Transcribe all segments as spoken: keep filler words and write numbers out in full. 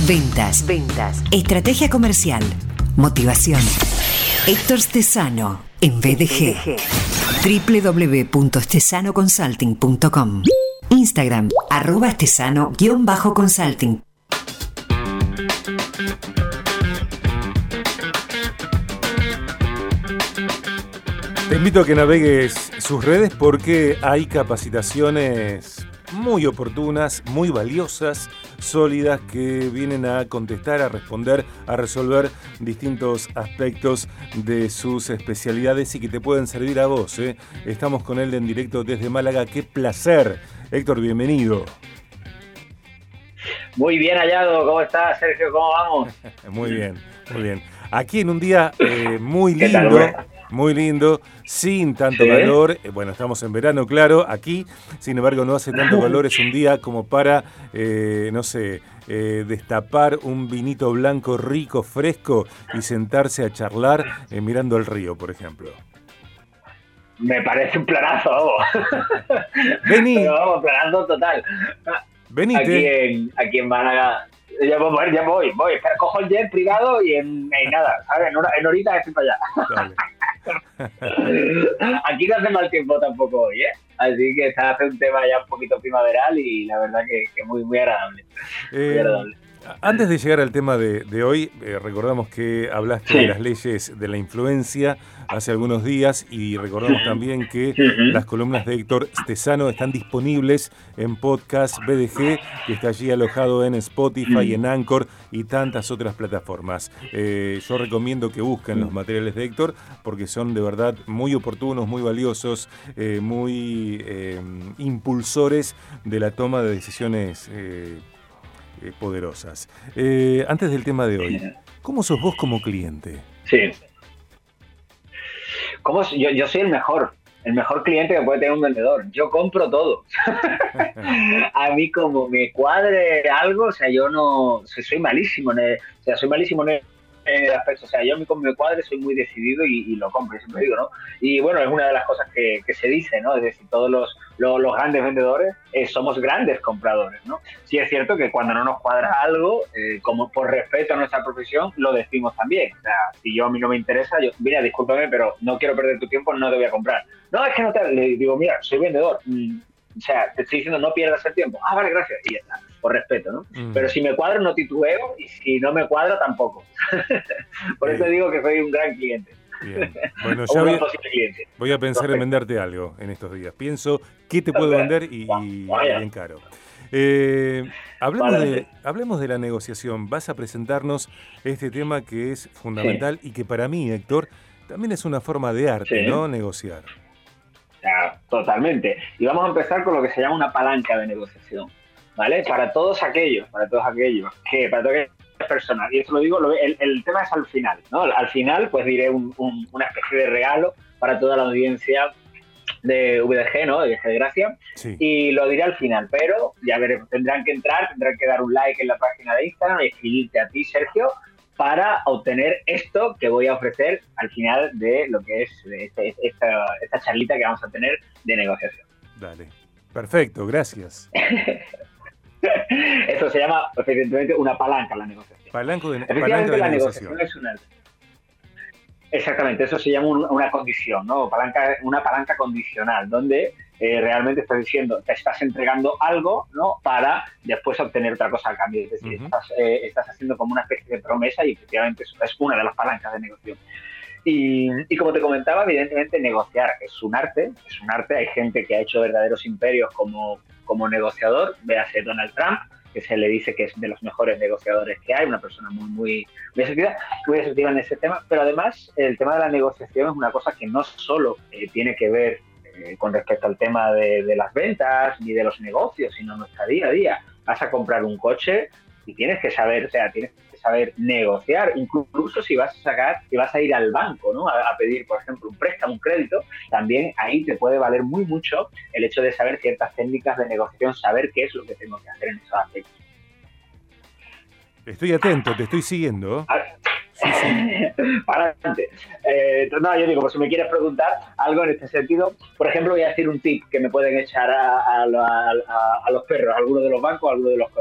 Ventas. Ventas. Estrategia comercial. Motivación. Héctor Stesano en B D G. doble u doble u doble u punto stesano consulting punto com. Instagram, arroba stesano-consulting. Te invito a que navegues sus redes porque hay capacitaciones muy oportunas, muy valiosas, sólidas, que vienen a contestar, a responder, a resolver distintos aspectos de sus especialidades y que te pueden servir a vos, ¿eh? Estamos con él en directo desde Málaga. ¡Qué placer! Héctor, bienvenido. Muy bien hallado, ¿cómo estás, Sergio? ¿Cómo vamos? Muy bien, muy bien. Aquí en un día eh, muy lindo, muy lindo, sin tanto ¿Sí? calor. Eh, bueno, estamos en verano, claro, aquí, sin embargo, no hace tanto calor. Es un día como para, eh, no sé, eh, destapar un vinito blanco rico, fresco y sentarse a charlar eh, mirando el río, por ejemplo. Me parece un planazo, vamos. Vení. Pero vamos, planazo total. Venite. Aquí en, aquí en Málaga. Ya voy, ya voy, voy. Cojo el jet privado y en, en nada, ¿sabes? En, hora, en horita estoy para allá. Aquí no hace mal tiempo tampoco hoy, ¿eh? Así que está hace un tema ya un poquito primaveral y la verdad que, que muy, muy agradable. Eh, muy agradable. Antes de llegar al tema de, de hoy, eh, recordamos que hablaste sí. de las leyes de la influencia hace algunos días y recordamos también que uh-huh. las columnas de Héctor Stesano están disponibles en podcast B D G, que está allí alojado en Spotify, uh-huh. en Anchor y tantas otras plataformas. Eh, yo recomiendo que busquen los materiales de Héctor porque son de verdad muy oportunos, muy valiosos, eh, muy eh, impulsores de la toma de decisiones eh, Eh, poderosas. Eh, antes del tema de hoy, ¿cómo sos vos como cliente? Sí. ¿Cómo, yo, yo soy el mejor, el mejor cliente que puede tener un vendedor. Yo compro todo. A mí como me cuadre algo, o sea, yo no, o sea, soy malísimo, en el, o sea, soy malísimo en el, en el aspecto, o sea, yo como me cuadre soy muy decidido y, y lo compro, siempre digo, ¿no? Y bueno, es una de las cosas que, que se dice, ¿no? Es decir, todos los, los, los grandes vendedores eh, somos grandes compradores, ¿no? Sí es cierto que cuando no nos cuadra algo, eh, como por respeto a nuestra profesión, lo decimos también. O sea, si yo a mí no me interesa, yo, mira, discúlpame, pero no quiero perder tu tiempo, no te voy a comprar. No, es que no te... Le digo, mira, soy vendedor, mm, o sea, te estoy diciendo no pierdas el tiempo. Ah, vale, gracias. Y ya está, por respeto, ¿no? Mm. Pero si me cuadra, no titubeo, y si no me cuadra, tampoco. Por Bien. Eso digo que soy un gran cliente. Bien. Bueno, ya voy, voy a pensar Perfecto. en venderte algo en estos días. Pienso qué te puedo vender y, y bien caro. Eh, hablemos, de, hablemos de la negociación. Vas a presentarnos este tema que es fundamental sí. y que para mí, Héctor, también es una forma de arte, sí. ¿no? Negociar. Ya, totalmente. Y vamos a empezar con lo que se llama una palanca de negociación, ¿vale? Para todos aquellos, para todos aquellos que, para todas aquellas personas, y esto lo digo, el, el tema es al final, ¿no? Al final, pues diré un, un, una especie de regalo para toda la audiencia de V D G, ¿no? De V D G de Gracia, sí. y lo diré al final, pero ya veremos, tendrán que entrar, tendrán que dar un like en la página de Instagram y escribirte a ti, Sergio, para obtener esto que voy a ofrecer al final de lo que es este, esta, esta charlita que vamos a tener de negociación. Dale. Perfecto, gracias. Esto se llama, evidentemente, una palanca la negociación. Palanco de, Efectivamente, palanca de la negociación. negociación es una... Exactamente, eso se llama un, una condición, ¿no? Palanca, una palanca condicional, donde eh, realmente estás diciendo, te estás entregando algo, ¿no? Para después obtener otra cosa a cambio. Es decir, uh-huh. estás, eh, estás haciendo como una especie de promesa y efectivamente eso es una de las palancas de negociación. Y, y como te comentaba, evidentemente negociar es un arte, es un arte. Hay gente que ha hecho verdaderos imperios como, como negociador, véase Donald Trump, que se le dice que es de los mejores negociadores que hay, una persona muy, muy, muy efectiva, muy efectiva en ese tema, pero además el tema de la negociación es una cosa que no solo eh, tiene que ver eh, con respecto al tema de, de las ventas ni de los negocios, sino nuestra día a día. Vas a comprar un coche y tienes que saber, o sea, tienes que saber negociar, incluso si vas a sacar, si vas a ir al banco, ¿no? A, a pedir, por ejemplo, un préstamo, un crédito, también ahí te puede valer muy mucho el hecho de saber ciertas técnicas de negociación, saber qué es lo que tengo que hacer en esos aspectos. Estoy atento, te estoy siguiendo. Sí, sí. Para adelante. Eh, no, yo digo, pues si me quieres preguntar algo en este sentido, por ejemplo, voy a decir un tip que me pueden echar a, a, a, a, a los perros, a algunos de los bancos, a algunos de los coches.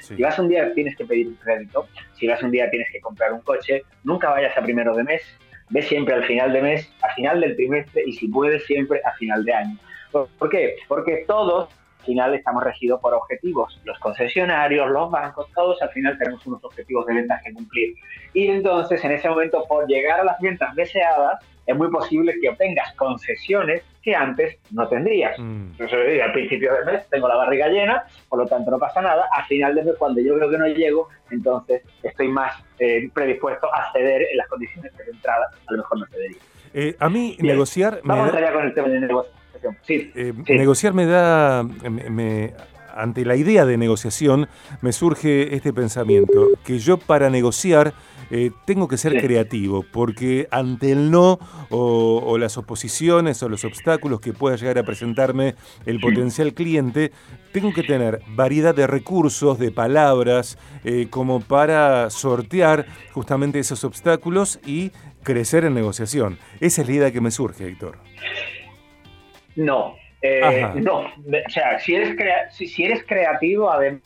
Sí. Si vas un día tienes que pedir un crédito, si vas un día tienes que comprar un coche, nunca vayas a primero de mes, ve siempre al final de mes, al final del trimestre y si puedes siempre a final de año. ¿Por qué? Porque todos al final estamos regidos por objetivos. Los concesionarios, los bancos, todos al final tenemos unos objetivos de ventas que cumplir. Y entonces, en ese momento, por llegar a las ventas deseadas, es muy posible que obtengas concesiones que antes no tendrías. Mm. Entonces, al principio del mes tengo la barriga llena, por lo tanto no pasa nada. Al final del mes, cuando yo veo que no llego, entonces estoy más eh, predispuesto a ceder en las condiciones que de entrada a lo mejor no cedería. Eh, a mí Bien. negociar... Vamos me da... allá con el tema de negociación. Sí, eh, sí. Negociar me da... Me, me, ante la idea de negociación me surge este pensamiento, que yo para negociar eh, tengo que ser sí. creativo, porque ante el no o, o las oposiciones o los obstáculos que pueda llegar a presentarme el potencial cliente, tengo que tener variedad de recursos, de palabras, eh, como para sortear justamente esos obstáculos y crecer en negociación. Esa es la idea que me surge, Héctor. No, eh, no, o sea, si eres, crea- si, si eres creativo, además...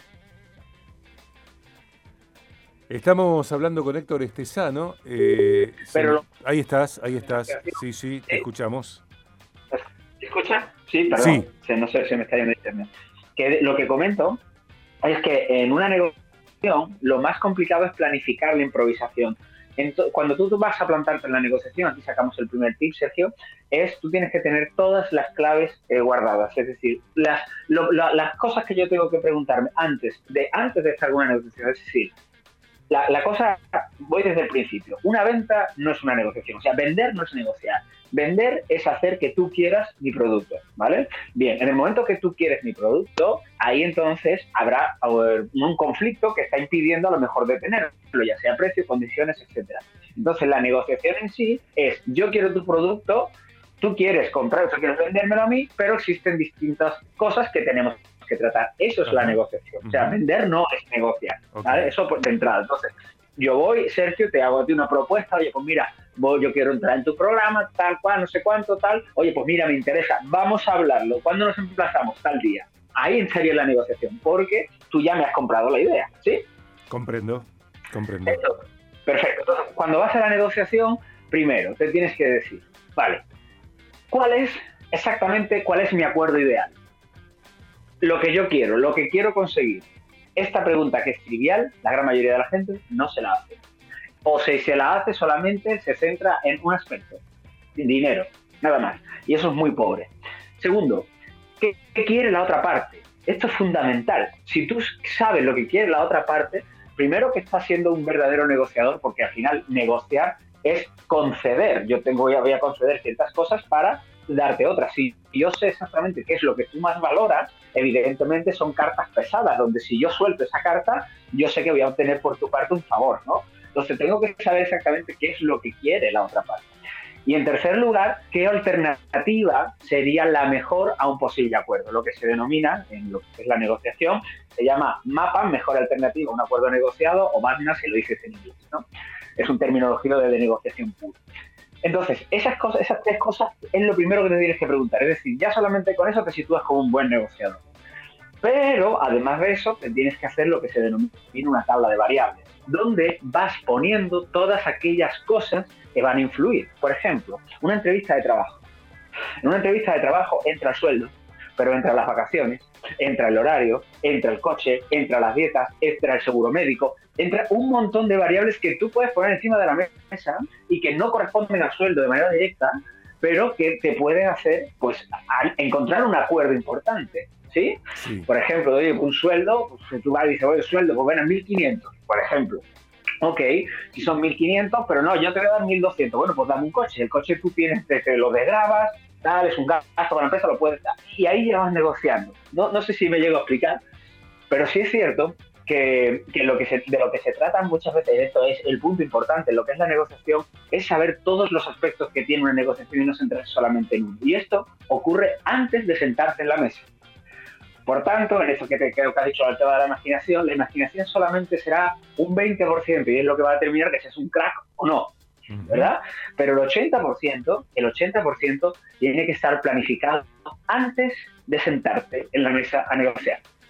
Estamos hablando con Héctor Stesano. Eh, Pero sí, ahí estás, ahí estás. Sí, sí, te escuchamos. ¿Te escucha? Sí, perdón. Sí. Sí, no sé, se me está yendo internet. Que lo que comento es que en una negociación lo más complicado es planificar la improvisación. Entonces, cuando tú, tú vas a plantarte en la negociación, aquí sacamos el primer tip, Sergio, es tú tienes que tener todas las claves eh, guardadas. Es decir, las, lo, lo, las cosas que yo tengo que preguntarme antes de antes de estar en una negociación. Es decir, la, la cosa, voy desde el principio. Una venta no es una negociación. O sea, vender no es negociar. Vender es hacer que tú quieras mi producto, ¿vale? Bien, en el momento que tú quieres mi producto, ahí entonces habrá un conflicto que está impidiendo a lo mejor de tenerlo, ya sea precio, condiciones, etcétera. Entonces, la negociación en sí es, yo quiero tu producto, tú quieres comprar, tú quieres vendérmelo a mí, pero existen distintas cosas que tenemos que tratar. Eso es uh-huh. la negociación. Uh-huh. O sea, vender no es negociar, okay. ¿vale? Eso de entrada. Entonces, yo voy, Sergio, te hago a ti una propuesta, oye, pues mira, voy, yo quiero entrar en tu programa, tal cual, no sé cuánto, tal, oye, pues mira, me interesa, vamos a hablarlo, ¿cuándo nos emplazamos? Tal día. Ahí en serio es la negociación, porque tú ya me has comprado la idea, ¿sí? Comprendo, comprendo. Eso, perfecto. Entonces, cuando vas a la negociación, primero te tienes que decir, vale, ¿cuál es exactamente, cuál es mi acuerdo ideal? Lo que yo quiero, lo que quiero conseguir. Esta pregunta que es trivial, la gran mayoría de la gente no se la hace. O si se la hace, solamente se centra en un aspecto, dinero, nada más. Y eso es muy pobre. Segundo, ¿qué, qué quiere la otra parte? Esto es fundamental. Si tú sabes lo que quiere la otra parte, primero que estás siendo un verdadero negociador, porque al final negociar es conceder. Yo tengo, voy a conceder ciertas cosas para darte otras. Si yo sé exactamente qué es lo que tú más valoras, evidentemente son cartas pesadas, donde si yo suelto esa carta, yo sé que voy a obtener por tu parte un favor, ¿no? Entonces tengo que saber exactamente qué es lo que quiere la otra parte. Y en tercer lugar, qué alternativa sería la mejor a un posible acuerdo. Lo que se denomina, en lo que es la negociación, se llama MAPA, mejor alternativa a un acuerdo negociado, o MAPNA, si lo dices en inglés, ¿no? Es un terminología de, de negociación pura. Entonces, esas cosas, esas tres cosas es lo primero que te tienes que preguntar. Es decir, ya solamente con eso te sitúas como un buen negociador. Pero, además de eso, te tienes que hacer lo que se denomina una tabla de variables, donde vas poniendo todas aquellas cosas que van a influir. Por ejemplo, una entrevista de trabajo. En una entrevista de trabajo entra el sueldo, pero entra las vacaciones, entra el horario, entra el coche, entra las dietas, entra el seguro médico, entra un montón de variables que tú puedes poner encima de la mesa y que no corresponden al sueldo de manera directa, pero que te pueden hacer, pues, encontrar un acuerdo importante, ¿sí? Sí. Por ejemplo, oye, un sueldo, pues, tú vas y dices, oye, el sueldo, pues ven a mil quinientos, por ejemplo. Ok, si son mil quinientos, pero no, yo te voy a dar mil doscientos. Bueno, pues dame un coche. El coche tú tienes, te, te lo desgrabas, tal, es un gasto para la empresa, lo puedes dar. Y ahí ya vas negociando. No, no sé si me llego a explicar, pero sí es cierto que, que, lo que se, de lo que se trata muchas veces, esto es el punto importante, lo que es la negociación, es saber todos los aspectos que tiene una negociación y no centrarse solamente en uno. Y esto ocurre antes de sentarse en la mesa. Por tanto, en eso que te creo que has dicho al tema de la imaginación, la imaginación solamente será un veinte por ciento y es lo que va a determinar que seas un crack o no, ¿verdad? Pero el ochenta por ciento, el ochenta por ciento tiene que estar planificado antes de sentarte en la mesa a negociar.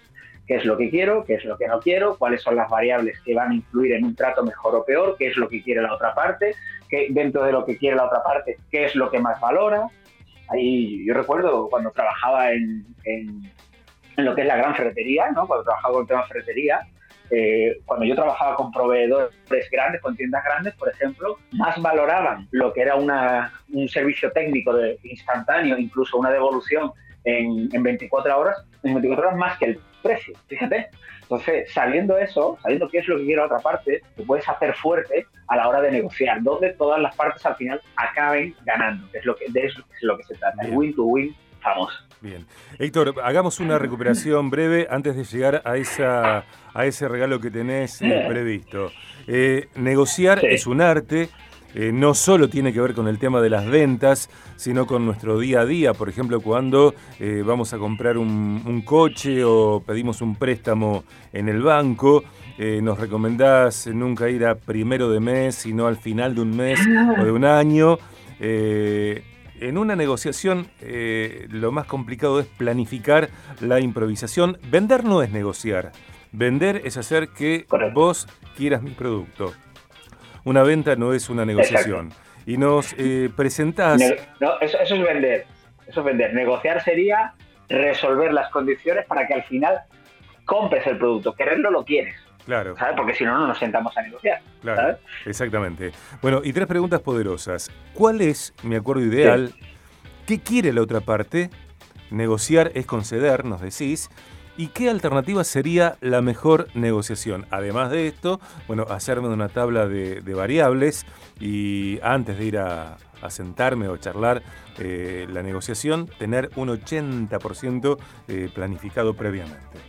qué es lo que quiero, qué es lo que no quiero, cuáles son las variables que van a influir en un trato mejor o peor, qué es lo que quiere la otra parte, qué, dentro de lo que quiere la otra parte, qué es lo que más valora. Ahí yo recuerdo cuando trabajaba en, en, en lo que es la gran ferretería, ¿no? Cuando trabajaba con el tema ferretería, eh, cuando yo trabajaba con proveedores grandes, con tiendas grandes, por ejemplo, más valoraban lo que era una, un servicio técnico de, instantáneo, incluso una devolución en, en veinticuatro horas, en veinticuatro horas más que el precio, fíjate. Entonces, sabiendo eso, sabiendo qué es lo que quiere la otra parte, te puedes hacer fuerte a la hora de negociar, donde todas las partes al final acaben ganando. Es lo que, de eso es lo que se trata, el win to win famoso. Bien. Héctor, hagamos una recuperación breve antes de llegar a esa a ese regalo que tenés eh, previsto. Eh, negociar sí. es un arte. Eh, no solo tiene que ver con el tema de las ventas, sino con nuestro día a día. Por ejemplo, cuando eh, vamos a comprar un, un coche o pedimos un préstamo en el banco, eh, nos recomendás nunca ir a primero de mes, sino al final de un mes o de un año. Eh, en una negociación, eh, lo más complicado es planificar la improvisación. Vender no es negociar. Vender es hacer que Correcto. Vos quieras mi producto. Una venta no es una negociación. Exacto. Y nos eh, presentás... Ne- no, eso, eso es vender. Eso es vender. Negociar sería resolver las condiciones para que al final compres el producto. Quererlo lo quieres. Claro. ¿Sabes? Porque si no, no nos sentamos a negociar. Claro, ¿sabes? Exactamente. Bueno, y tres preguntas poderosas. ¿Cuál es mi acuerdo ideal? Sí. ¿Qué quiere la otra parte? Negociar es conceder, nos decís. ¿Y qué alternativa sería la mejor negociación? Además de esto, bueno, hacerme una tabla de, de variables y antes de ir a, a sentarme o charlar eh, la negociación, tener un ochenta por ciento eh, planificado previamente.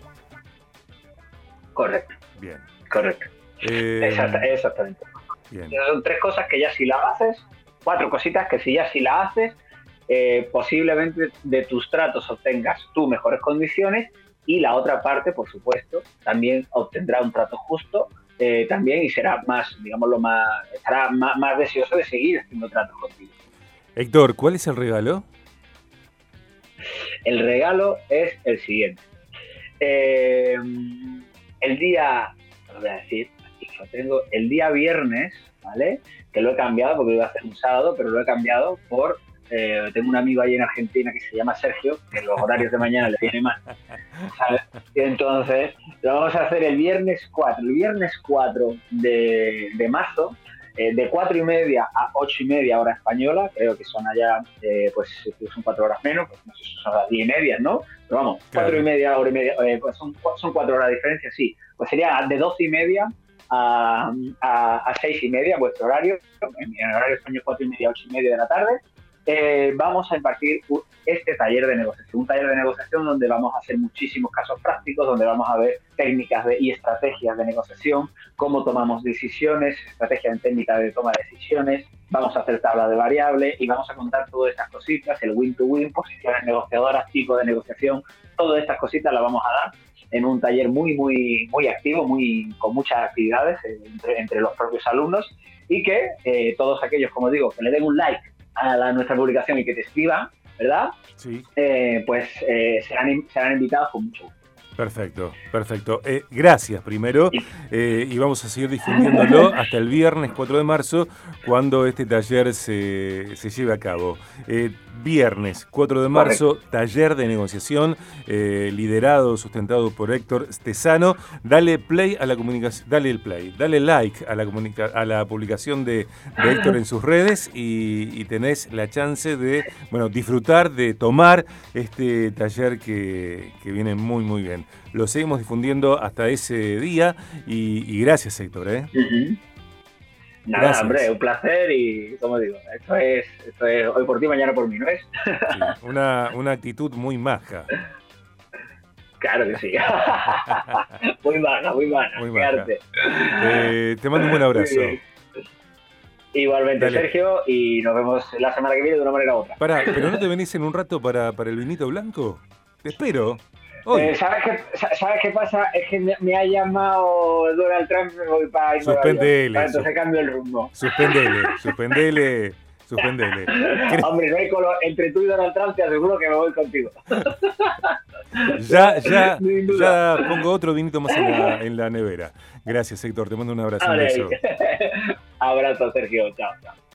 Correcto. Bien. Correcto. Eh, Exacta, exactamente. Bien. Son tres cosas que ya si la haces, cuatro cositas que si ya si la haces, eh, posiblemente de tus tratos obtengas tú mejores condiciones. Y la otra parte, por supuesto, también obtendrá un trato justo eh, también y será más, digámoslo, más, estará más, más deseoso de seguir haciendo tratos contigo. Héctor, ¿cuál es el regalo? El regalo es el siguiente. Eh, el día, lo voy a decir, aquí lo tengo, el día viernes, ¿vale? Que lo he cambiado porque iba a hacer un sábado, pero lo he cambiado por... Eh, tengo un amigo ahí en Argentina que se llama Sergio, que los horarios de mañana le viene mal, ¿sabes? Y entonces lo vamos a hacer el viernes cuatro, el viernes cuatro de, de marzo, eh, de cuatro y media a ocho y media hora española, creo que son allá, eh, pues son cuatro horas menos, pues no sé si son las diez y media, ¿no? Pero vamos, claro. cuatro y media, hora y media, eh, pues son, son cuatro horas de diferencia, sí, pues sería de doce y media a, a, a seis y media vuestro horario, en el horario español cuatro y media, ocho y media de la tarde. Eh, vamos a impartir este taller de negociación, un taller de negociación donde vamos a hacer muchísimos casos prácticos, donde vamos a ver técnicas de, y estrategias de negociación, cómo tomamos decisiones, estrategias en técnica de toma de decisiones, vamos a hacer tabla de variables y vamos a contar todas estas cositas, el win to win, posiciones negociadoras, tipo de negociación, todas estas cositas las vamos a dar en un taller muy, muy, muy activo, muy, con muchas actividades entre, entre los propios alumnos y que eh, todos aquellos, como digo, que le den un like a la, nuestra publicación y que te escriban, ¿verdad? Sí. Eh, pues eh, serán, serán invitados con mucho gusto. Perfecto, perfecto. Eh, gracias primero eh, y vamos a seguir difundiéndolo hasta el viernes cuatro de marzo cuando este taller se, se lleve a cabo. Eh, viernes cuatro de marzo, correcto. Taller de negociación eh, liderado, sustentado por Héctor Stesano. Dale play a la comunicación, dale el play, dale like a la, comunica- a la publicación de, de Héctor en sus redes y, y tenés la chance de, bueno, disfrutar, de tomar este taller que, que viene muy, muy bien. Lo seguimos difundiendo hasta ese día y, y gracias, Héctor. ¿eh? Uh-huh. Nada, gracias. Hombre, un placer y, como digo, esto es, esto es hoy por ti, mañana por mí, ¿no es? Sí, una, una actitud muy maja. Claro que sí. Muy maja, muy maja. Muy maja. Eh, te mando un buen abrazo. Igualmente, dale. Sergio, y nos vemos la semana que viene de una manera u otra. Pará, ¿pero no te venís en un rato para, para el vinito blanco? Te espero. Eh, ¿sabes, qué, ¿Sabes qué pasa? Es que me, me ha llamado Donald Trump, me voy para ir. Suspendele. Para entonces cambio el rumbo. Suspendele, suspendele, suspendele. Hombre, no hay color. Entre tú y Donald Trump te aseguro que me voy contigo. Ya, ya, ya pongo otro vinito más en la, en la nevera. Gracias, Héctor. Te mando un abrazo. Un beso. Abrazo, Sergio. Chao, chao.